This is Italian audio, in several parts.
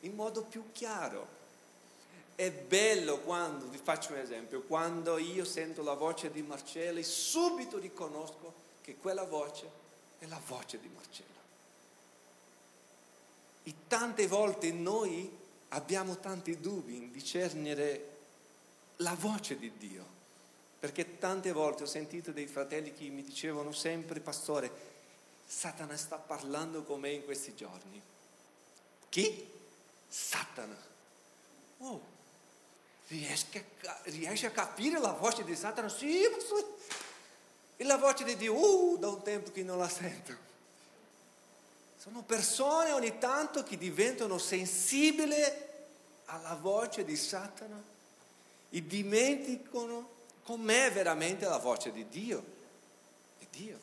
in modo più chiaro. È bello quando, vi faccio un esempio, quando io sento la voce di Marcello e subito riconosco che quella voce è la voce di Marcello. E tante volte noi abbiamo tanti dubbi in discernere la voce di Dio, perché tante volte ho sentito dei fratelli che mi dicevano sempre: pastore, Satana sta parlando con me in questi giorni. Chi? Satana. Oh, riesci a capire la voce di Satana? Sì, pastore. E la voce di Dio? Da un tempo che non la sento. Sono persone ogni tanto che diventano sensibili alla voce di Satana e dimenticano com'è veramente la voce di Dio. È Dio.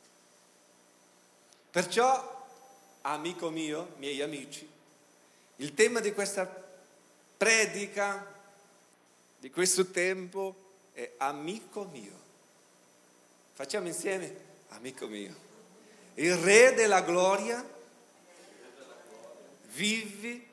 Perciò, amico mio, miei amici, il tema di questa predica, di questo tempo, è amico mio. Facciamo insieme? Amico mio. Il Re della Gloria vivi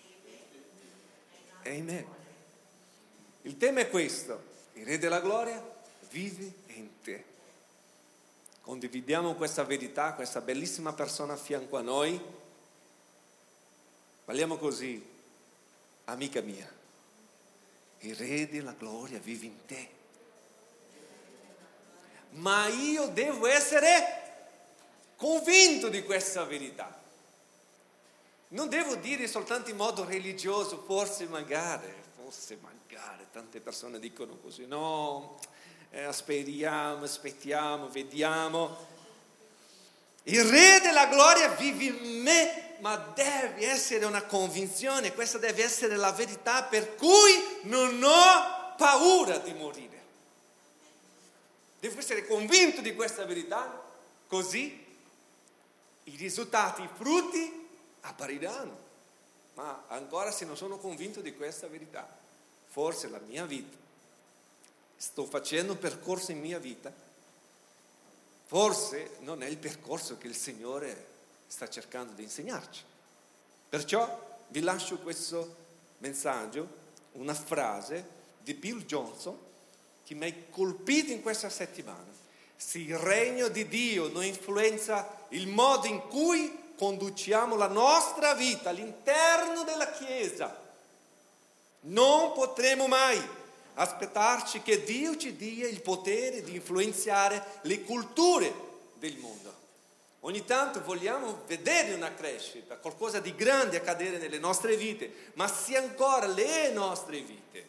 in me. Il tema è questo: il Re della Gloria vive in te. Condividiamo questa verità, questa bellissima persona a fianco a noi. Parliamo così: amica mia, il Re della Gloria vive in te. Ma io devo essere convinto di questa verità. Non devo dire soltanto in modo religioso, forse magari, tante persone dicono così, no, aspettiamo, vediamo. Il Re della Gloria vive in me, ma deve essere una convinzione, questa deve essere la verità per cui non ho paura di morire. Devo essere convinto di questa verità, così i risultati, i frutti appariranno. Ma ancora, se non sono convinto di questa verità, forse la mia vita, sto facendo un percorso in mia vita, forse non è il percorso che il Signore sta cercando di insegnarci. Perciò vi lascio questo messaggio, una frase di Bill Johnson che mi ha colpito in questa settimana. Se il regno di Dio non influenza il modo in cui conduciamo la nostra vita all'interno della Chiesa, non potremo mai aspettarci che Dio ci dia il potere di influenzare le culture del mondo. Ogni tanto vogliamo vedere una crescita, qualcosa di grande accadere nelle nostre vite, ma se ancora le nostre vite,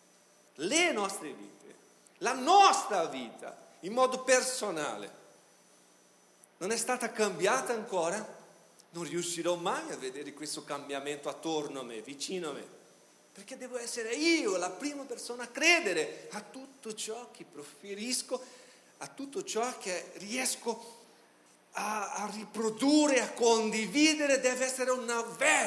la nostra vita in modo personale non è stata cambiata ancora, non riuscirò mai a vedere questo cambiamento attorno a me, vicino a me, perché devo essere io la prima persona a credere a tutto ciò che proferisco, a tutto ciò che riesco a riprodurre, a condividere. Deve essere una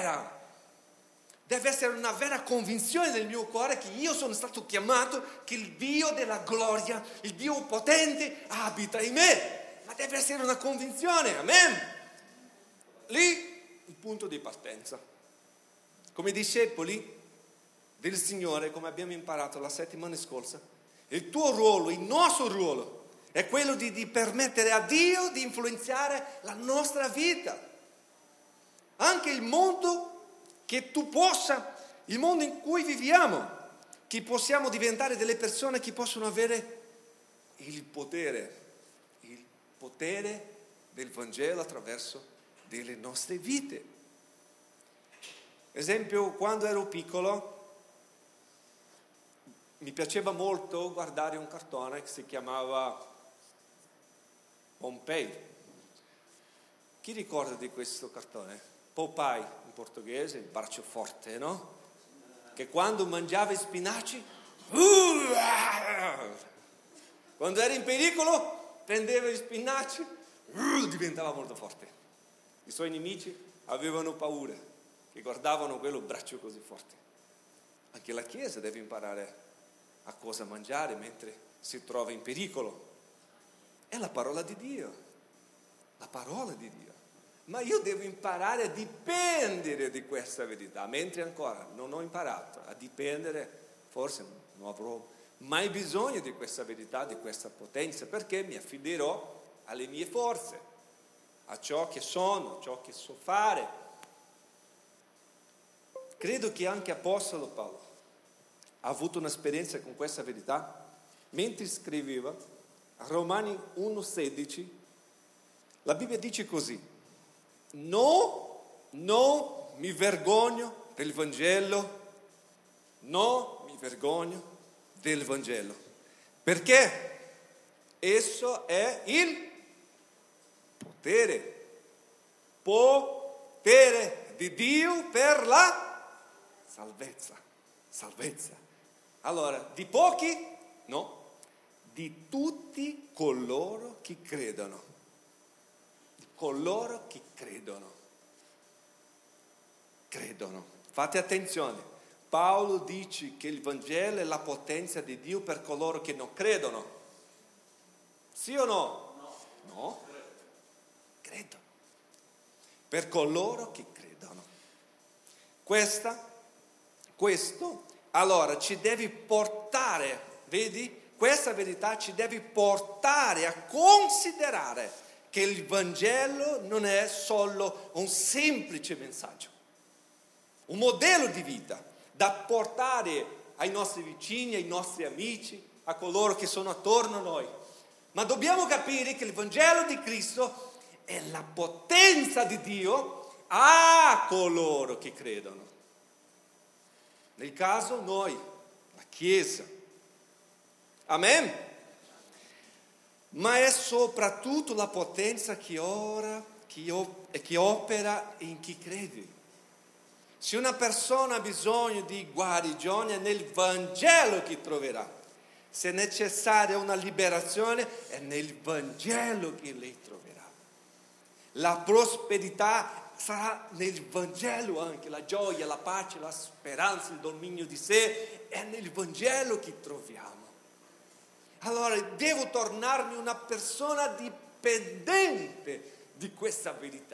vera convinzione nel mio cuore che io sono stato chiamato, che il Dio della gloria, il Dio potente abita in me. Ma deve essere una convinzione, amen. Lì il punto di partenza. Come discepoli del Signore, come abbiamo imparato la settimana scorsa, il tuo ruolo, il nostro ruolo, è quello di permettere a Dio di influenzare la nostra vita. Anche il mondo che tu possa, il mondo in cui viviamo, che possiamo diventare delle persone che possono avere il potere del Vangelo attraverso delle nostre vite. Esempio, quando ero piccolo mi piaceva molto guardare un cartone che si chiamava Pompei. Chi ricorda di questo cartone? Popeye in portoghese, il braccio forte, no? Che quando mangiava i spinaci, quando era in pericolo, prendeva gli spinaci, diventava molto forte. I suoi nemici avevano paura, che guardavano quello braccio così forte. Anche la Chiesa deve imparare a cosa mangiare mentre si trova in pericolo. È la parola di Dio, Ma io devo imparare a dipendere di questa verità, mentre ancora non ho imparato a dipendere, forse non avrò mai bisogno di questa verità, di questa potenza, perché mi affiderò alle mie forze, a ciò che sono, a ciò che so fare. Credo che anche Apostolo Paolo ha avuto un'esperienza con questa verità mentre scriveva a Romani 1,16. La Bibbia dice così: no, non mi vergogno del Vangelo, non mi vergogno del Vangelo, perché esso è il potere di Dio per la salvezza. Allora, di pochi? No, di tutti coloro che credono. Coloro che credono. Fate attenzione, Paolo dice che il Vangelo è la potenza di Dio per coloro che non credono. Sì o no? No. Credono. Per coloro che credono. Questo allora ci deve portare, vedi? Questa verità ci deve portare a considerare che il Vangelo non è solo un semplice messaggio, un modello di vita da portare ai nostri vicini, ai nostri amici, a coloro che sono attorno a noi. Ma dobbiamo capire che il Vangelo di Cristo è la potenza di Dio a coloro che credono. Nel caso noi, la Chiesa. Amen? Ma è soprattutto la potenza che opera in chi crede. Se una persona ha bisogno di guarigione, è nel Vangelo che troverà. Se è necessaria una liberazione, è nel Vangelo che lei troverà. La prosperità sarà nel Vangelo anche, la gioia, la pace, la speranza, il dominio di sé, è nel Vangelo che troviamo. Allora devo tornarmi una persona dipendente di questa verità.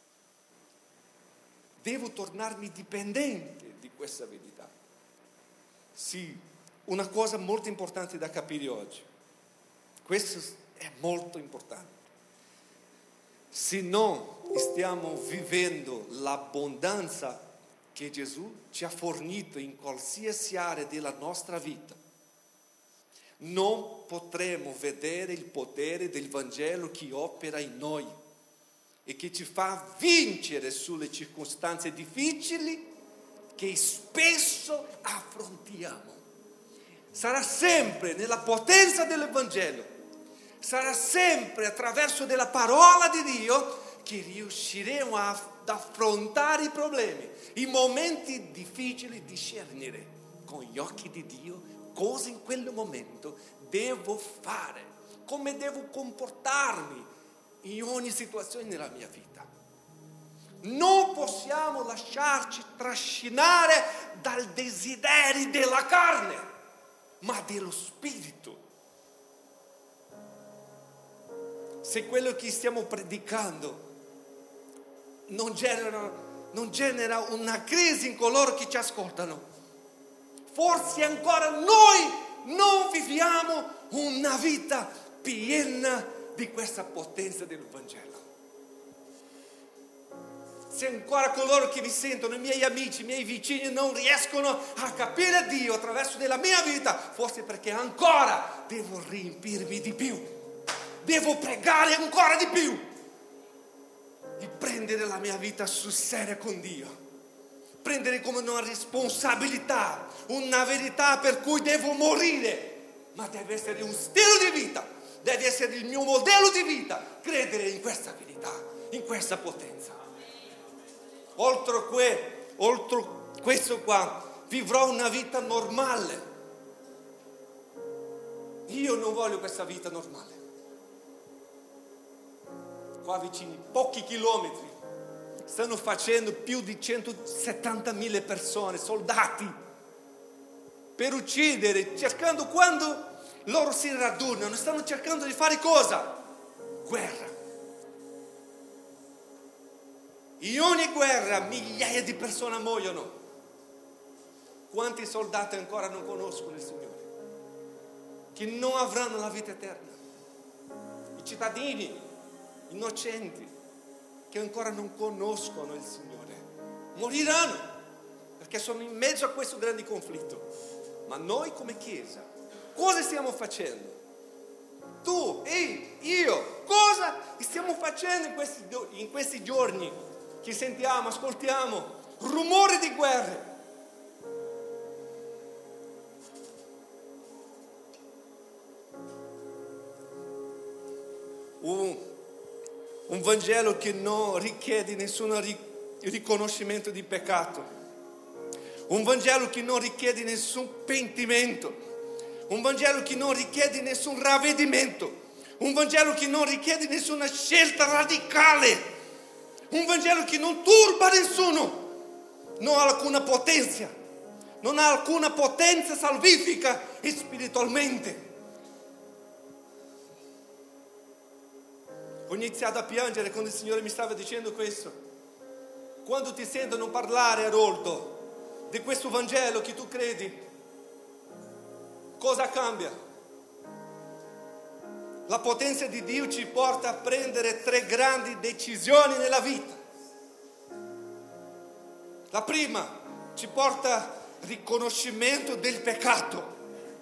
Devo tornarmi dipendente di questa verità. Sì, una cosa molto importante da capire oggi. Questo è molto importante. Se non stiamo vivendo l'abbondanza che Gesù ci ha fornito in qualsiasi area della nostra vita, non potremo vedere il potere del Vangelo che opera in noi e che ci fa vincere sulle circostanze difficili che spesso affrontiamo. Sarà sempre nella potenza del Vangelo, sarà sempre attraverso della parola di Dio che riusciremo ad affrontare i problemi, i momenti difficili, discernere con gli occhi di Dio cosa in quel momento devo fare, come devo comportarmi in ogni situazione nella mia vita. Non possiamo lasciarci trascinare dal desiderio della carne, ma dello spirito. Se quello che stiamo predicando non genera una crisi in coloro che ci ascoltano, forse ancora noi non viviamo una vita piena di questa potenza del Vangelo. Se ancora coloro che mi sentono, i miei amici, i miei vicini, non riescono a capire Dio attraverso della mia vita, forse perché ancora devo riempirmi di più, devo pregare ancora di più, di prendere la mia vita sul serio con Dio. Prendere come una responsabilità, una verità per cui devo morire, ma deve essere un stile di vita, deve essere il mio modello di vita, credere in questa verità, in questa potenza. Oltre questo qua, vivrò una vita normale. Io non voglio questa vita normale. Qua vicini, pochi chilometri, stanno facendo più di 170.000 persone, soldati, per uccidere, cercando, quando loro si radunano, stanno cercando di fare cosa? Guerra. In ogni guerra migliaia di persone muoiono. Quanti soldati ancora non conoscono il Signore? Che non avranno la vita eterna. I cittadini innocenti che ancora non conoscono il Signore moriranno perché sono in mezzo a questo grande conflitto. Ma noi come Chiesa cosa stiamo facendo? Tu e io cosa stiamo facendo in questi giorni che sentiamo, ascoltiamo rumore di guerre? Un Vangelo che non richiede nessun riconoscimento di peccato, un Vangelo che non richiede nessun pentimento, un Vangelo che non richiede nessun ravvedimento, un Vangelo che non richiede nessuna scelta radicale, un Vangelo che non turba nessuno, non ha alcuna potenza, non ha alcuna potenza salvifica spiritualmente. Ho iniziato a piangere quando il Signore mi stava dicendo questo. Quando ti sentono parlare, Aroldo, di questo Vangelo che tu credi, cosa cambia? La potenza di Dio ci porta a prendere 3 grandi decisioni nella vita. La prima ci porta al riconoscimento del peccato.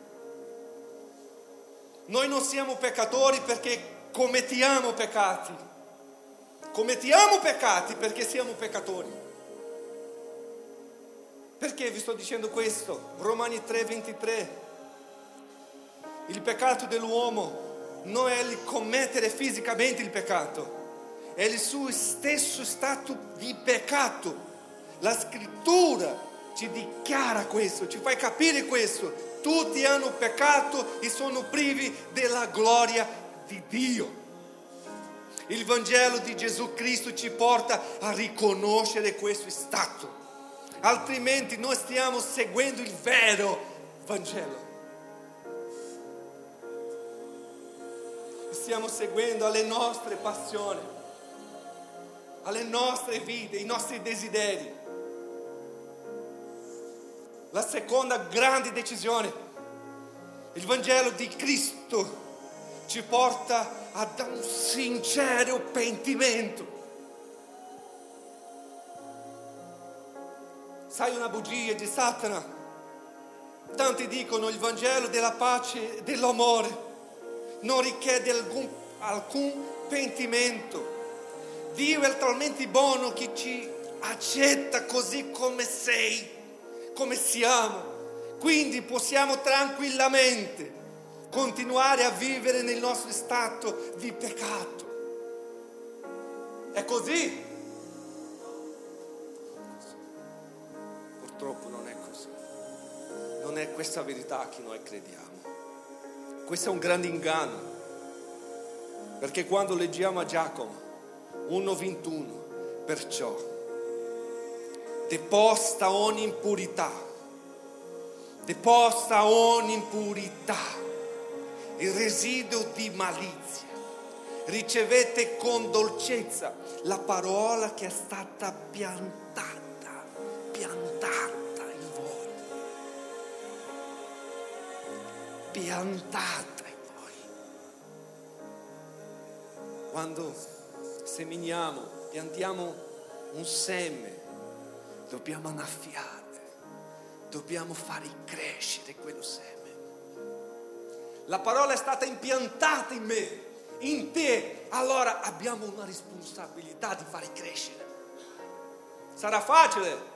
Noi non siamo peccatori perché commettiamo peccati perché siamo peccatori. Perché vi sto dicendo questo? Romani 3:23. Il peccato dell'uomo non è il commettere fisicamente il peccato, è il suo stesso stato di peccato. La scrittura ci dichiara questo, ci fa capire questo. Tutti hanno peccato e sono privi della gloria di Dio. Il Vangelo di Gesù Cristo ci porta a riconoscere questo stato, altrimenti noi stiamo seguendo il vero Vangelo. Stiamo seguendo alle nostre passioni, alle nostre vite, i nostri desideri. La seconda grande decisione, il Vangelo di Cristo ci porta ad un sincero pentimento. Sai una bugia di Satana? Tanti dicono il Vangelo della pace e dell'amore non richiede alcun pentimento. Dio è talmente buono che ci accetta così come sei, come siamo. Quindi possiamo tranquillamente continuare a vivere nel nostro stato di peccato. È così? Purtroppo non è così. Non è questa verità che noi crediamo. Questo è un grande inganno. Perché quando leggiamo a Giacomo 1:21, perciò deposta ogni impurità, il residuo di malizia, ricevete con dolcezza la parola che è stata piantata in voi. Piantata in voi. Quando seminiamo, piantiamo un seme, dobbiamo annaffiare, dobbiamo fare crescere quello seme. La parola è stata impiantata in me, in te, allora abbiamo una responsabilità di fare crescere. Sarà facile?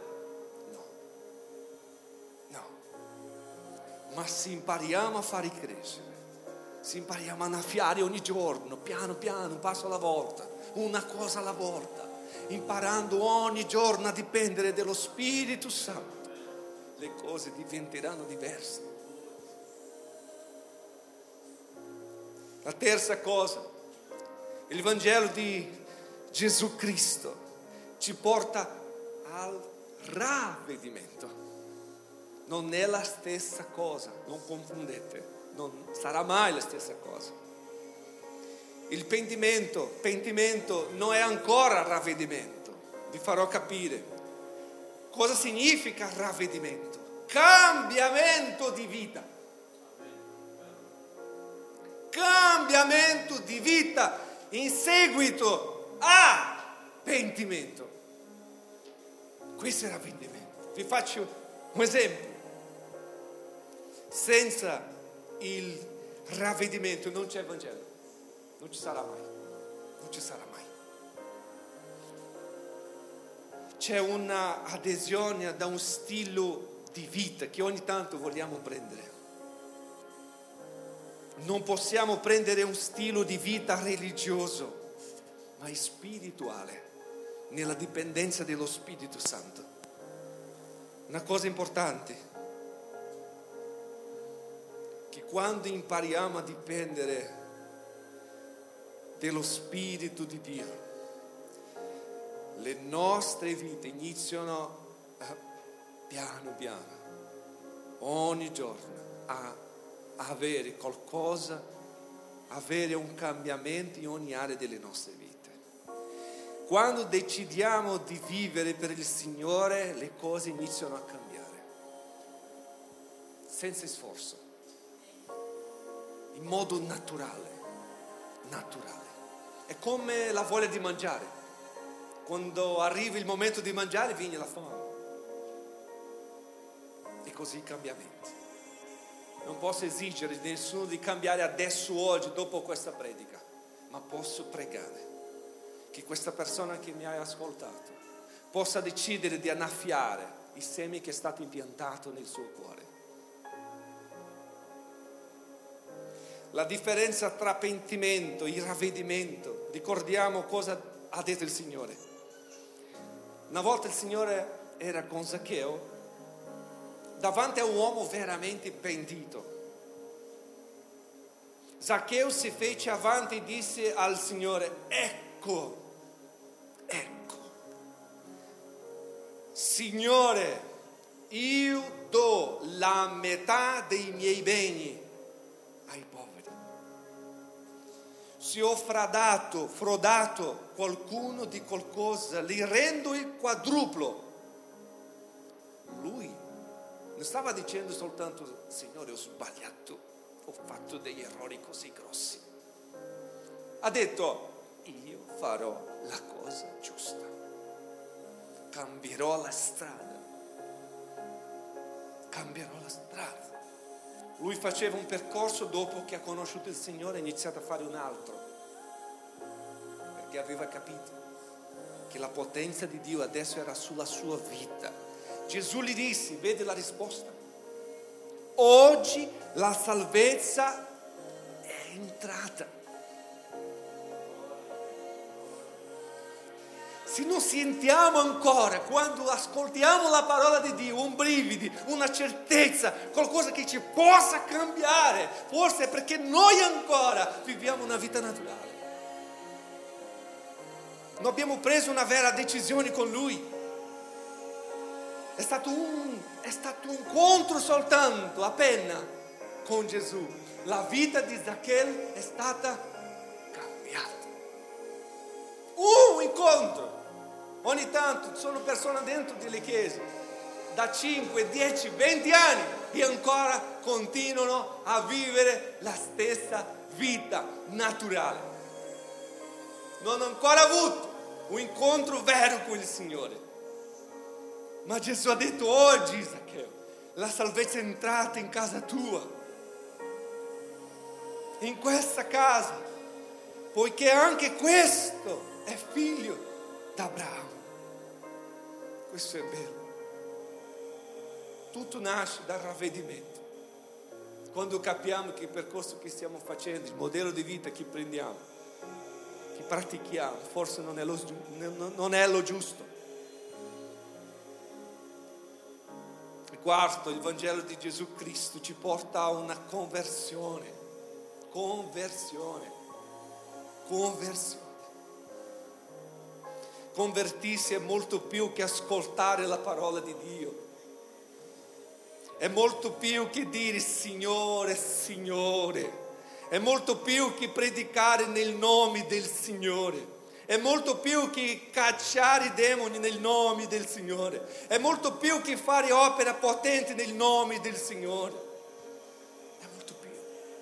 No. Ma se impariamo a fare crescere, se impariamo a annaffiare ogni giorno, piano piano, un passo alla volta, una cosa alla volta, imparando ogni giorno a dipendere dallo Spirito Santo, le cose diventeranno diverse. La terza cosa, il Vangelo di Gesù Cristo ci porta al ravvedimento. Non è la stessa cosa, non confondete, non sarà mai la stessa cosa. Il pentimento non è ancora ravvedimento. vi farò capire cosa significa ravvedimento. Cambiamento di vita. Cambiamento di vita in seguito a pentimento. Questo è il ravvedimento. Vi faccio un esempio. Senza il ravvedimento non c'è Vangelo. Non ci sarà mai. Non ci sarà mai. C'è una adesione da un stile di vita che ogni tanto vogliamo prendere. Non possiamo prendere un stile di vita religioso, ma è spirituale, nella dipendenza dello Spirito Santo. Una cosa importante, che quando impariamo a dipendere dello Spirito di Dio, le nostre vite iniziano piano piano, ogni giorno, a avere qualcosa, avere un cambiamento in ogni area delle nostre vite. Quando decidiamo di vivere per il Signore, le cose iniziano a cambiare, senza sforzo, in modo naturale. È come la voglia di mangiare. Quando arriva il momento di mangiare, viene la fame. E così i cambiamenti. Non posso esigere di nessuno di cambiare adesso, oggi, dopo questa predica, ma posso pregare che questa persona che mi ha ascoltato possa decidere di annaffiare i semi che è stato impiantato nel suo cuore. La differenza tra pentimento e ravvedimento, ricordiamo cosa ha detto il Signore. Una volta il Signore era con Zaccheo davanti a un uomo veramente pentito. Zaccheo si fece avanti e disse al Signore: ecco, Signore, io do la metà dei miei beni ai poveri. Se ho frodato qualcuno di qualcosa, gli rendo il quadruplo. Lui non stava dicendo soltanto: Signore, ho sbagliato, ho fatto degli errori così grossi. Ha detto: io farò la cosa giusta, cambierò la strada. Lui faceva un percorso, dopo che ha conosciuto il Signore ha iniziato a fare un altro, perché aveva capito che la potenza di Dio adesso era sulla sua vita. Gesù gli disse, vede la risposta: oggi la salvezza è entrata. Se non sentiamo ancora, quando ascoltiamo la parola di Dio, un brividi, una certezza, qualcosa che ci possa cambiare, forse è perché noi ancora viviamo una vita naturale. Non abbiamo preso una vera decisione con Lui. È stato un incontro soltanto, appena, con Gesù. La vita di Zaccheo è stata cambiata. Un incontro. Ogni tanto ci sono persone dentro delle chiese da 5, 10, 20 anni e ancora continuano a vivere la stessa vita naturale. Non hanno ancora avuto un incontro vero con il Signore. Ma Gesù ha detto: oggi, Zaccheo, la salvezza è entrata in casa tua, in questa casa, poiché anche questo è figlio d'Abramo. Questo è bello. Tutto nasce dal ravvedimento. Quando capiamo che il percorso che stiamo facendo, il modello di vita che prendiamo, che pratichiamo, forse non è lo giusto. E quarto, il Vangelo di Gesù Cristo ci porta a una conversione. Convertirsi è molto più che ascoltare la parola di Dio. È molto più che dire Signore, Signore. È molto più che predicare nel nome del Signore. è molto più che cacciare i demoni nel nome del Signore, è molto più che fare opere potenti nel nome del Signore, è molto più.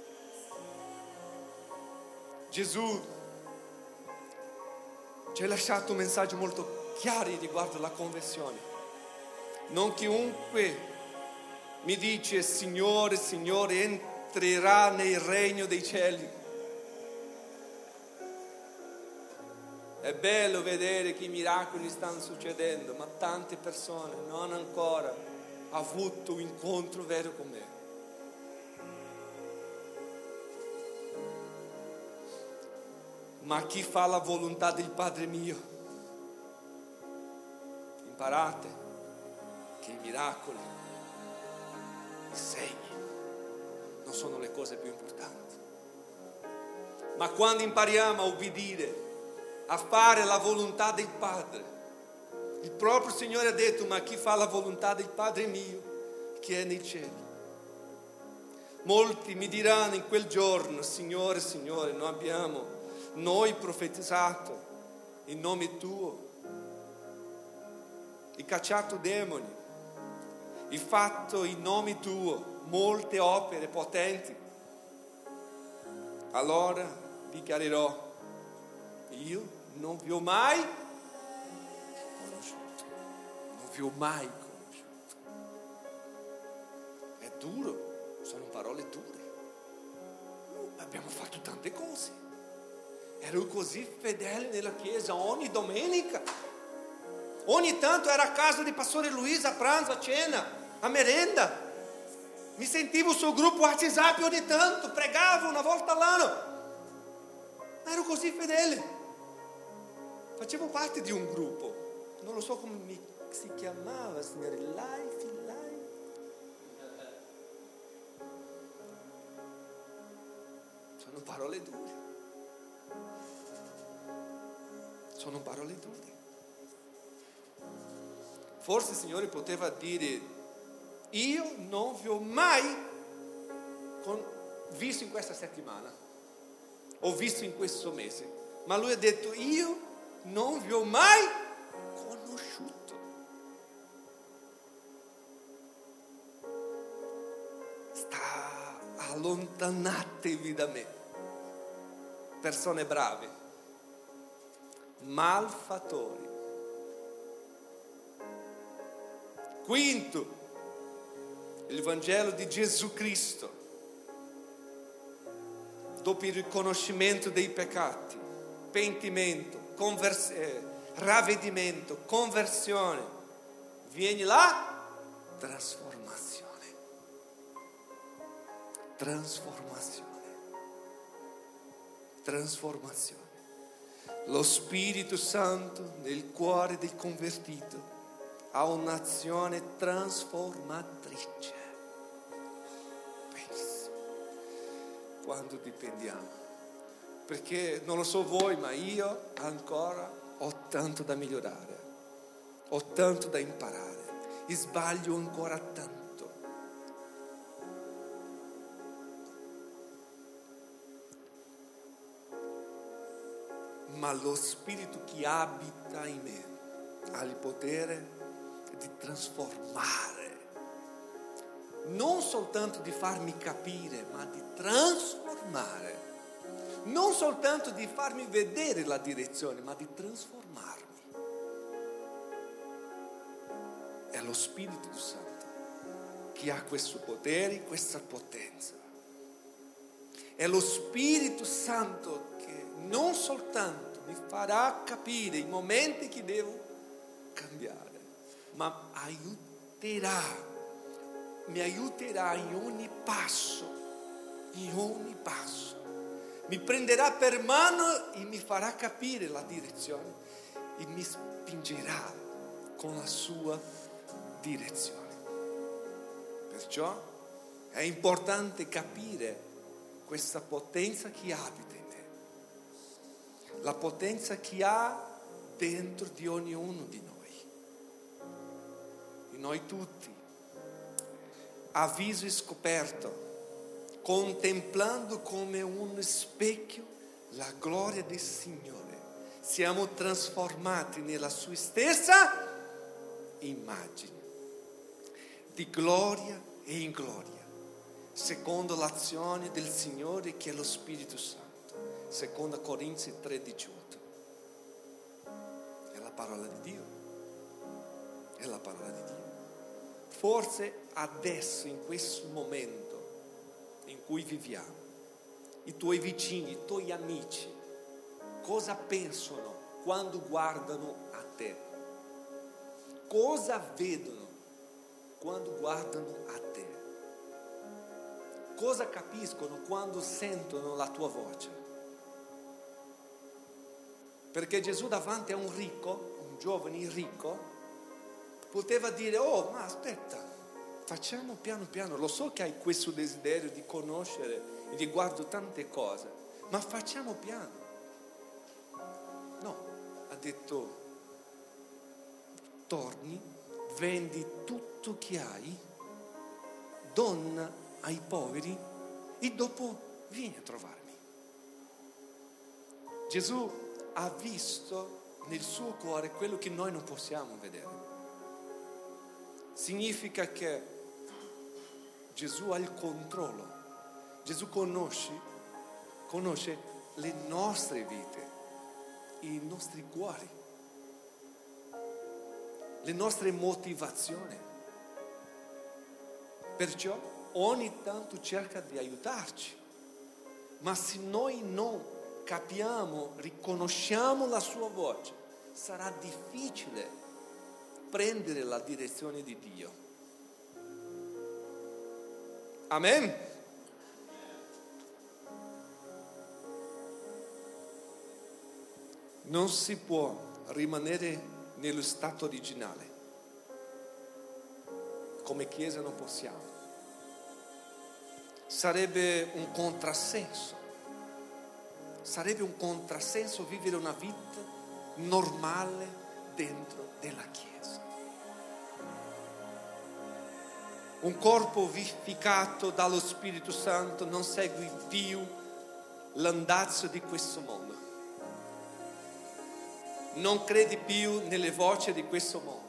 Gesù ci ha lasciato un messaggio molto chiaro riguardo alla conversione. Non chiunque mi dice Signore, Signore, entrerà nel regno dei cieli. È bello vedere che i miracoli stanno succedendo, ma tante persone non hanno ancora avuto un incontro vero con me. Ma chi fa la volontà del Padre mio, imparate che i miracoli, i segni, non sono le cose più importanti. Ma quando impariamo a obbedire, a fare la volontà del Padre, il proprio Signore ha detto, ma chi fa la volontà del Padre mio, che è nei cieli. Molti mi diranno in quel giorno, Signore, Signore, non abbiamo noi profetizzato in nome tuo, e cacciato demoni, e fatto in nome tuo molte opere potenti. Allora dichiarerò, io non vi ho mai conosciuto, non vi ho mai conosciuto. È duro, sono parole dure. Abbiamo fatto tante cose. Ero così fedele nella chiesa ogni domenica. Ogni tanto era a casa di Pastore Luisa a pranzo, a cena, a merenda. Mi sentivo sul gruppo WhatsApp ogni tanto, pregavo una volta all'anno. Ma ero così fedele. Facevo parte di un gruppo, non lo so come si chiamava, signore, Life. Sono parole dure. Sono parole dure. Forse il Signore poteva dire, io non vi ho mai visto in questa settimana, ho visto in questo mese, ma Lui ha detto, io non vi ho mai conosciuto. Allontanatevi da me, persone brave, malfattori. Quinto, il Vangelo di Gesù Cristo, dopo il riconoscimento dei peccati, pentimento, ravvedimento, conversione, viene la trasformazione. Lo Spirito Santo nel cuore del convertito ha un'azione trasformatrice. Pensi, quando dipendiamo, perché non lo so voi, ma io ancora ho tanto da migliorare, ho tanto da imparare, e sbaglio ancora tanto. Ma lo Spirito che abita in me ha il potere di trasformare, non soltanto di farmi capire, ma di trasformare, non soltanto di farmi vedere la direzione, ma di trasformarmi. È lo Spirito Santo che ha questo potere, questa potenza. È lo Spirito Santo che non soltanto mi farà capire i momenti che devo cambiare, ma mi aiuterà in ogni passo, mi prenderà per mano e mi farà capire la direzione e mi spingerà con la sua direzione. Perciò è importante capire questa potenza che abita in me, la potenza che ha dentro di ognuno di noi tutti, a viso scoperto, contemplando come un specchio la gloria del Signore, siamo trasformati nella sua stessa immagine, di gloria e in gloria, secondo l'azione del Signore che è lo Spirito Santo. Seconda Corinzi 3,18. È la parola di Dio. È la parola di Dio. Forse adesso, in questo momento in cui viviamo, i tuoi vicini, i tuoi amici, cosa pensano quando guardano a te? Cosa vedono quando guardano a te? Cosa capiscono quando sentono la tua voce? Perché Gesù davanti a un ricco, un giovane ricco, poteva dire: oh, ma aspetta, facciamo piano piano, lo so che hai questo desiderio di conoscere e riguardo tante cose, ma facciamo piano. No, ha detto: torni, vendi tutto che hai, donna ai poveri e dopo vieni a trovarmi. Gesù ha visto nel suo cuore quello che noi non possiamo vedere. Significa che Gesù ha il controllo. Gesù conosce le nostre vite, i nostri cuori, le nostre motivazioni. Perciò ogni tanto cerca di aiutarci. Ma se noi non capiamo, riconosciamo la sua voce, sarà difficile prendere la direzione di Dio. Amen? Non si può rimanere nello stato originale. Come Chiesa non possiamo. Sarebbe un contrassenso. Sarebbe un contrassenso vivere una vita normale dentro della Chiesa. Un corpo vivificato dallo Spirito Santo non segue più l'andazzo di questo mondo. Non credi più nelle voci di questo mondo.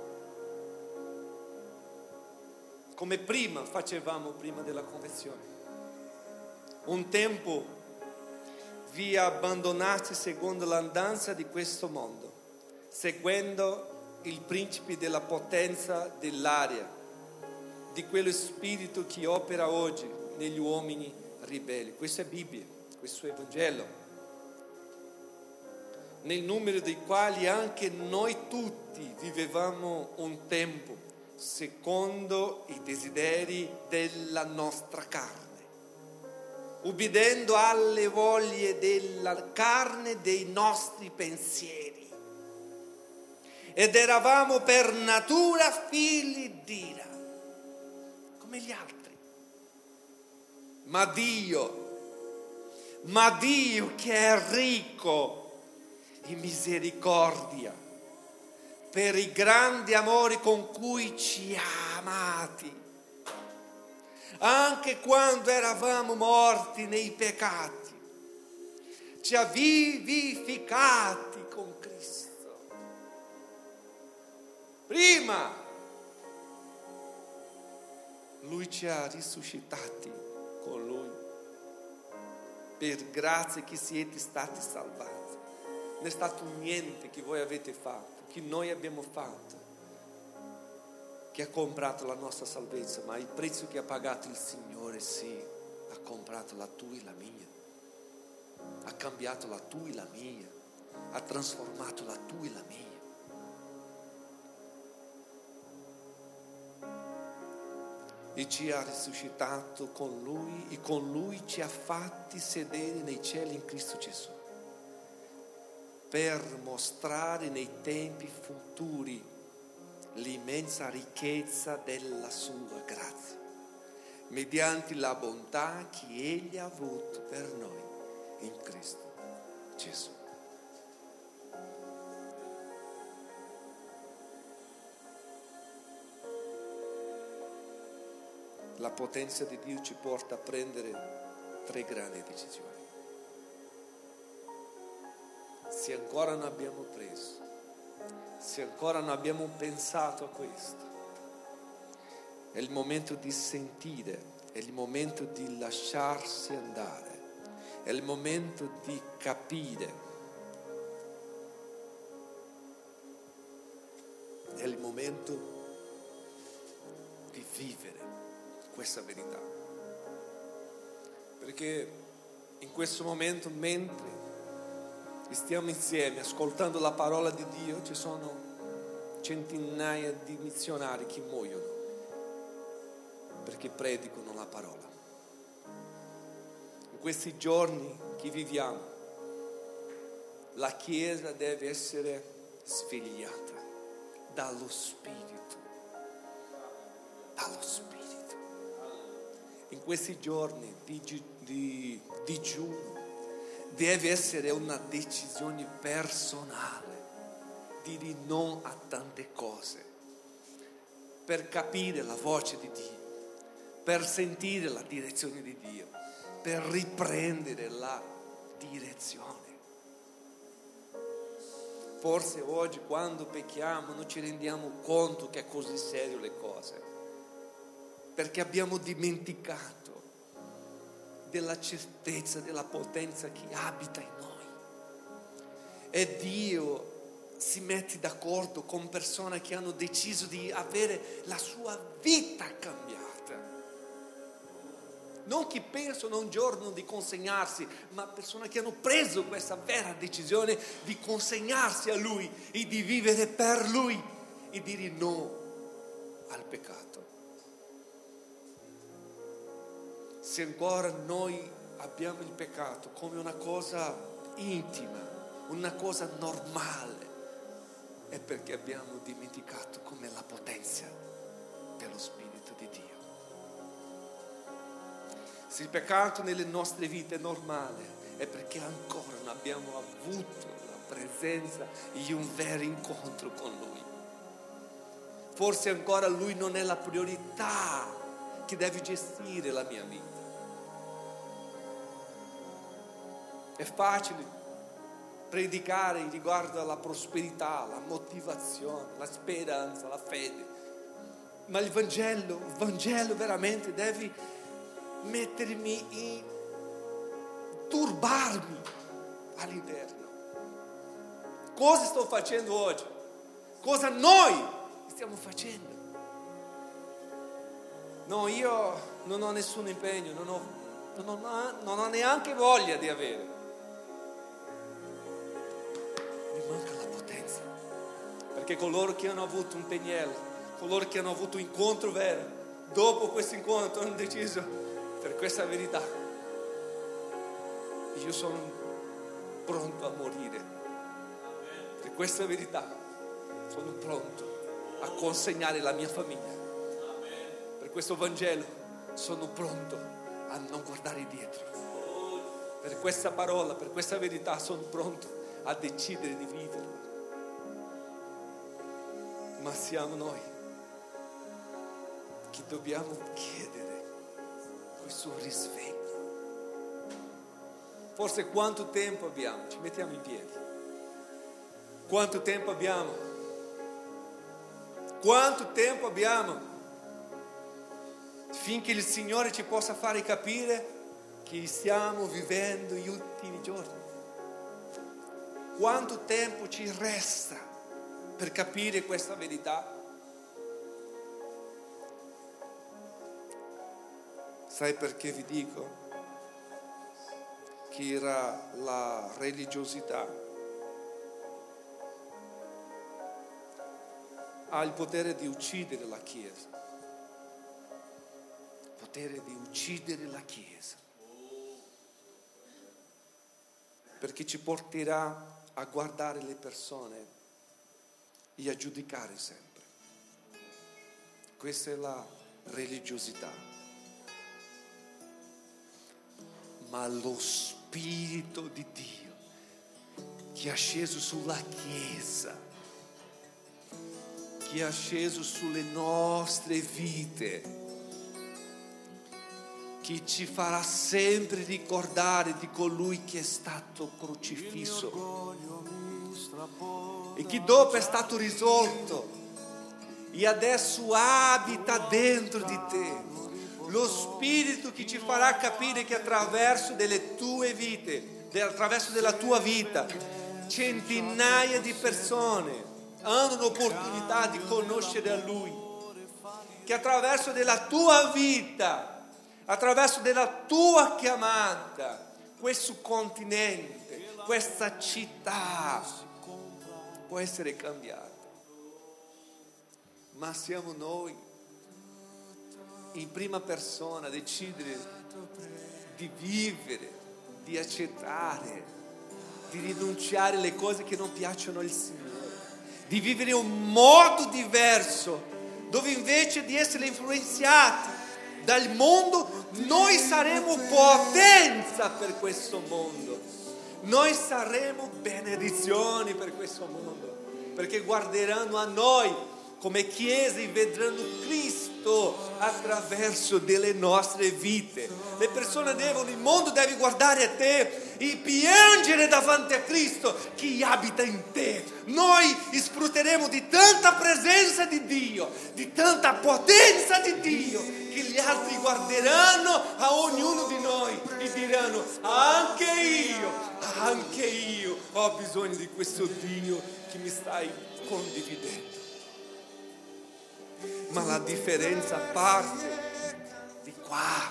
Come prima facevamo prima della conversione. Un tempo vi abbandonate secondo l'andanza di questo mondo, seguendo il principe della potenza dell'aria, di quello spirito che opera oggi negli uomini ribelli. Questa è Bibbia, questo è Vangelo, nel numero dei quali anche noi tutti vivevamo un tempo secondo i desideri della nostra carne, ubbidendo alle voglie della carne, dei nostri pensieri, ed eravamo per natura figli d'ira come gli altri. Ma Dio che è ricco in misericordia, per i grandi amori con cui ci ha amati, anche quando eravamo morti nei peccati, ci ha vivificati con Cristo. Prima Lui ci ha risuscitati con Lui, per grazia che siete stati salvati. Non è stato niente che voi avete fatto, che noi abbiamo fatto, che ha comprato la nostra salvezza, ma il prezzo che ha pagato il Signore, sì, ha comprato la tua e la mia, ha cambiato la tua e la mia, ha trasformato la tua e la mia. E ci ha risuscitato con Lui e con Lui ci ha fatti sedere nei cieli in Cristo Gesù, per mostrare nei tempi futuri l'immensa ricchezza della sua grazia, mediante la bontà che Egli ha avuto per noi in Cristo Gesù. La potenza di Dio ci porta a prendere 3 grandi decisioni. se ancora non abbiamo preso, se ancora non abbiamo pensato a questo, è il momento di sentire, è il momento di lasciarsi andare, è il momento di capire, è il momento di vivere questa verità. Perché in questo momento, mentre stiamo insieme ascoltando la parola di Dio, ci sono centinaia di missionari che muoiono perché predicano la parola. In questi giorni che viviamo, la Chiesa deve essere svegliata dallo Spirito. Dallo Spirito. In questi giorni di digiuno deve essere una decisione personale, dire no a tante cose, per capire la voce di Dio, per sentire la direzione di Dio, per riprendere la direzione. Forse oggi quando pecchiamo non ci rendiamo conto che è così serio le cose, perché abbiamo dimenticato della certezza, della potenza che abita in noi. E Dio si mette d'accordo con persone che hanno deciso di avere la sua vita cambiata. Non che pensano un giorno di consegnarsi, ma persone che hanno preso questa vera decisione di consegnarsi a Lui e di vivere per Lui e dire no al peccato. Se ancora noi abbiamo il peccato come una cosa intima, una cosa normale, è perché abbiamo dimenticato com'è la potenza dello Spirito di Dio. Se il peccato nelle nostre vite è normale, è perché ancora non abbiamo avuto la presenza di un vero incontro con Lui. Forse ancora Lui non è la priorità che deve gestire la mia vita. È facile predicare riguardo alla prosperità, la motivazione, la speranza, la fede, ma il Vangelo veramente deve mettermi turbarmi all'interno. Cosa sto facendo oggi? Cosa noi stiamo facendo? No, io non ho nessun impegno, non ho neanche voglia di avere. Mi manca la potenza, perché coloro che hanno avuto un Peniel, coloro che hanno avuto un incontro vero, dopo questo incontro hanno deciso per questa verità, io sono pronto a morire per questa verità, sono pronto a consegnare la mia famiglia per questo Vangelo, sono pronto a non guardare dietro per questa parola, per questa verità, sono pronto a decidere di viverla. Ma siamo noi che dobbiamo chiedere questo risveglio. Forse quanto tempo abbiamo? Ci mettiamo in piedi. Quanto tempo abbiamo? Quanto tempo abbiamo? Finché il Signore ci possa fare capire che stiamo vivendo gli ultimi giorni. Quanto tempo ci resta per capire questa verità? Sai perché vi dico che era la religiosità ha il potere di uccidere la Chiesa. Il potere di uccidere la Chiesa. Perché ci porterà a guardare le persone e a giudicare sempre. Questa è la religiosità. Ma lo Spirito di Dio che è sceso sulla Chiesa, che è sceso sulle nostre vite, che ci farà sempre ricordare di colui che è stato crocifisso e che dopo è stato risolto e adesso abita dentro di te. Lo Spirito che ci farà capire che attraverso delle tue vite, attraverso della tua vita, centinaia di persone hanno l'opportunità di conoscere a Lui, che attraverso della tua vita, attraverso della tua chiamata, questo continente, questa città può essere cambiata. Ma siamo noi in prima persona a decidere di vivere, di accettare, di rinunciare alle cose che non piacciono al Signore, di vivere un modo diverso, dove invece di essere influenzati dal mondo, noi saremo potenza per questo mondo, noi saremo benedizioni per questo mondo, perché guarderanno a noi come chiesa e vedranno Cristo attraverso delle nostre vite. Le persone il mondo deve guardare a te e piangere davanti a Cristo che abita in te. Noi sfrutteremo di tanta presenza di Dio, di tanta potenza di Dio, che gli altri guarderanno a ognuno di noi e diranno: anche io ho bisogno di questo Dio che mi stai condividendo. Ma la differenza parte di qua,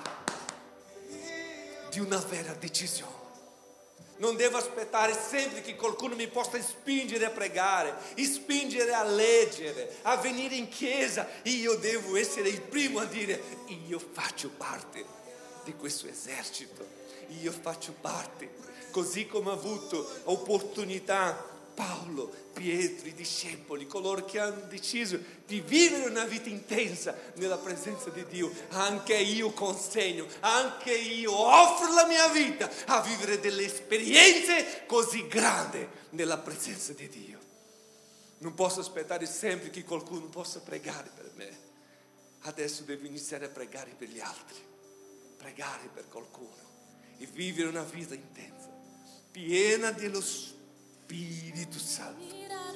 di una vera decisione. Non devo aspettare sempre che qualcuno mi possa spingere a pregare, spingere a leggere, a venire in chiesa. Io devo essere il primo a dire: io faccio parte di questo esercito, io faccio parte, così come ha avuto opportunità Paolo, Pietro, i discepoli, coloro che hanno deciso di vivere una vita intensa nella presenza di Dio. Anche io consegno, anche io offro la mia vita a vivere delle esperienze così grandi nella presenza di Dio. Non posso aspettare sempre che qualcuno possa pregare per me. Adesso devo iniziare a pregare per gli altri, pregare per qualcuno e vivere una vita intensa, piena dello Spirito Santo.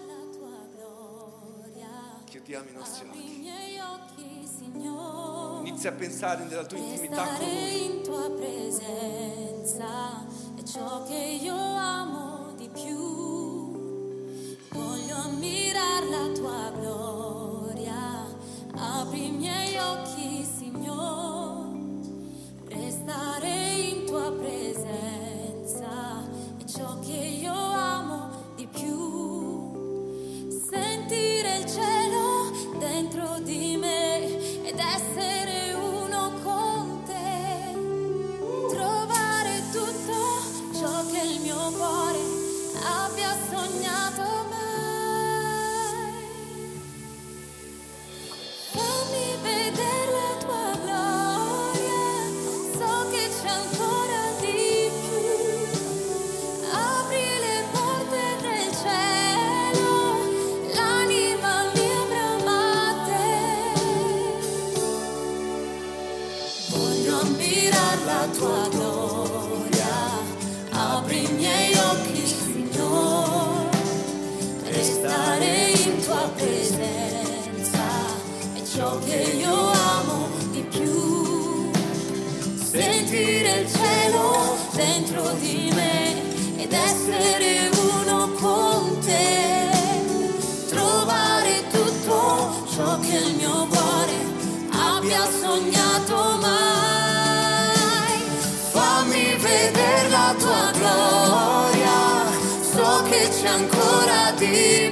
Chiudiamo i nostri occhi. Inizia a pensare nella tua intimità con Lui. In tua presenza è ciò che io amo di più. Voglio ammirare la tua gloria. Apri i miei occhi, Signore. Restare in tua presenza è ciò che io amo di più. Sentire il cielo dentro di me ed essere uno con te. Trovare tutto ciò che il mio cuore abbia sognato mai. Fammi vedere la tua gloria, so che c'è ancora di più. Apri le porte del cielo, l'anima mia brama a te. Voglio ammirare la tua gloria, apri i miei occhi, Signore. Restare in tua presenza è ciò che io amo di più. Sentire il cielo dentro di me ed essere uno con te. Trovare tutto ciò che il mio cuore abbia sognato mai. Fammi vedere la tua gloria, so che c'è ancora di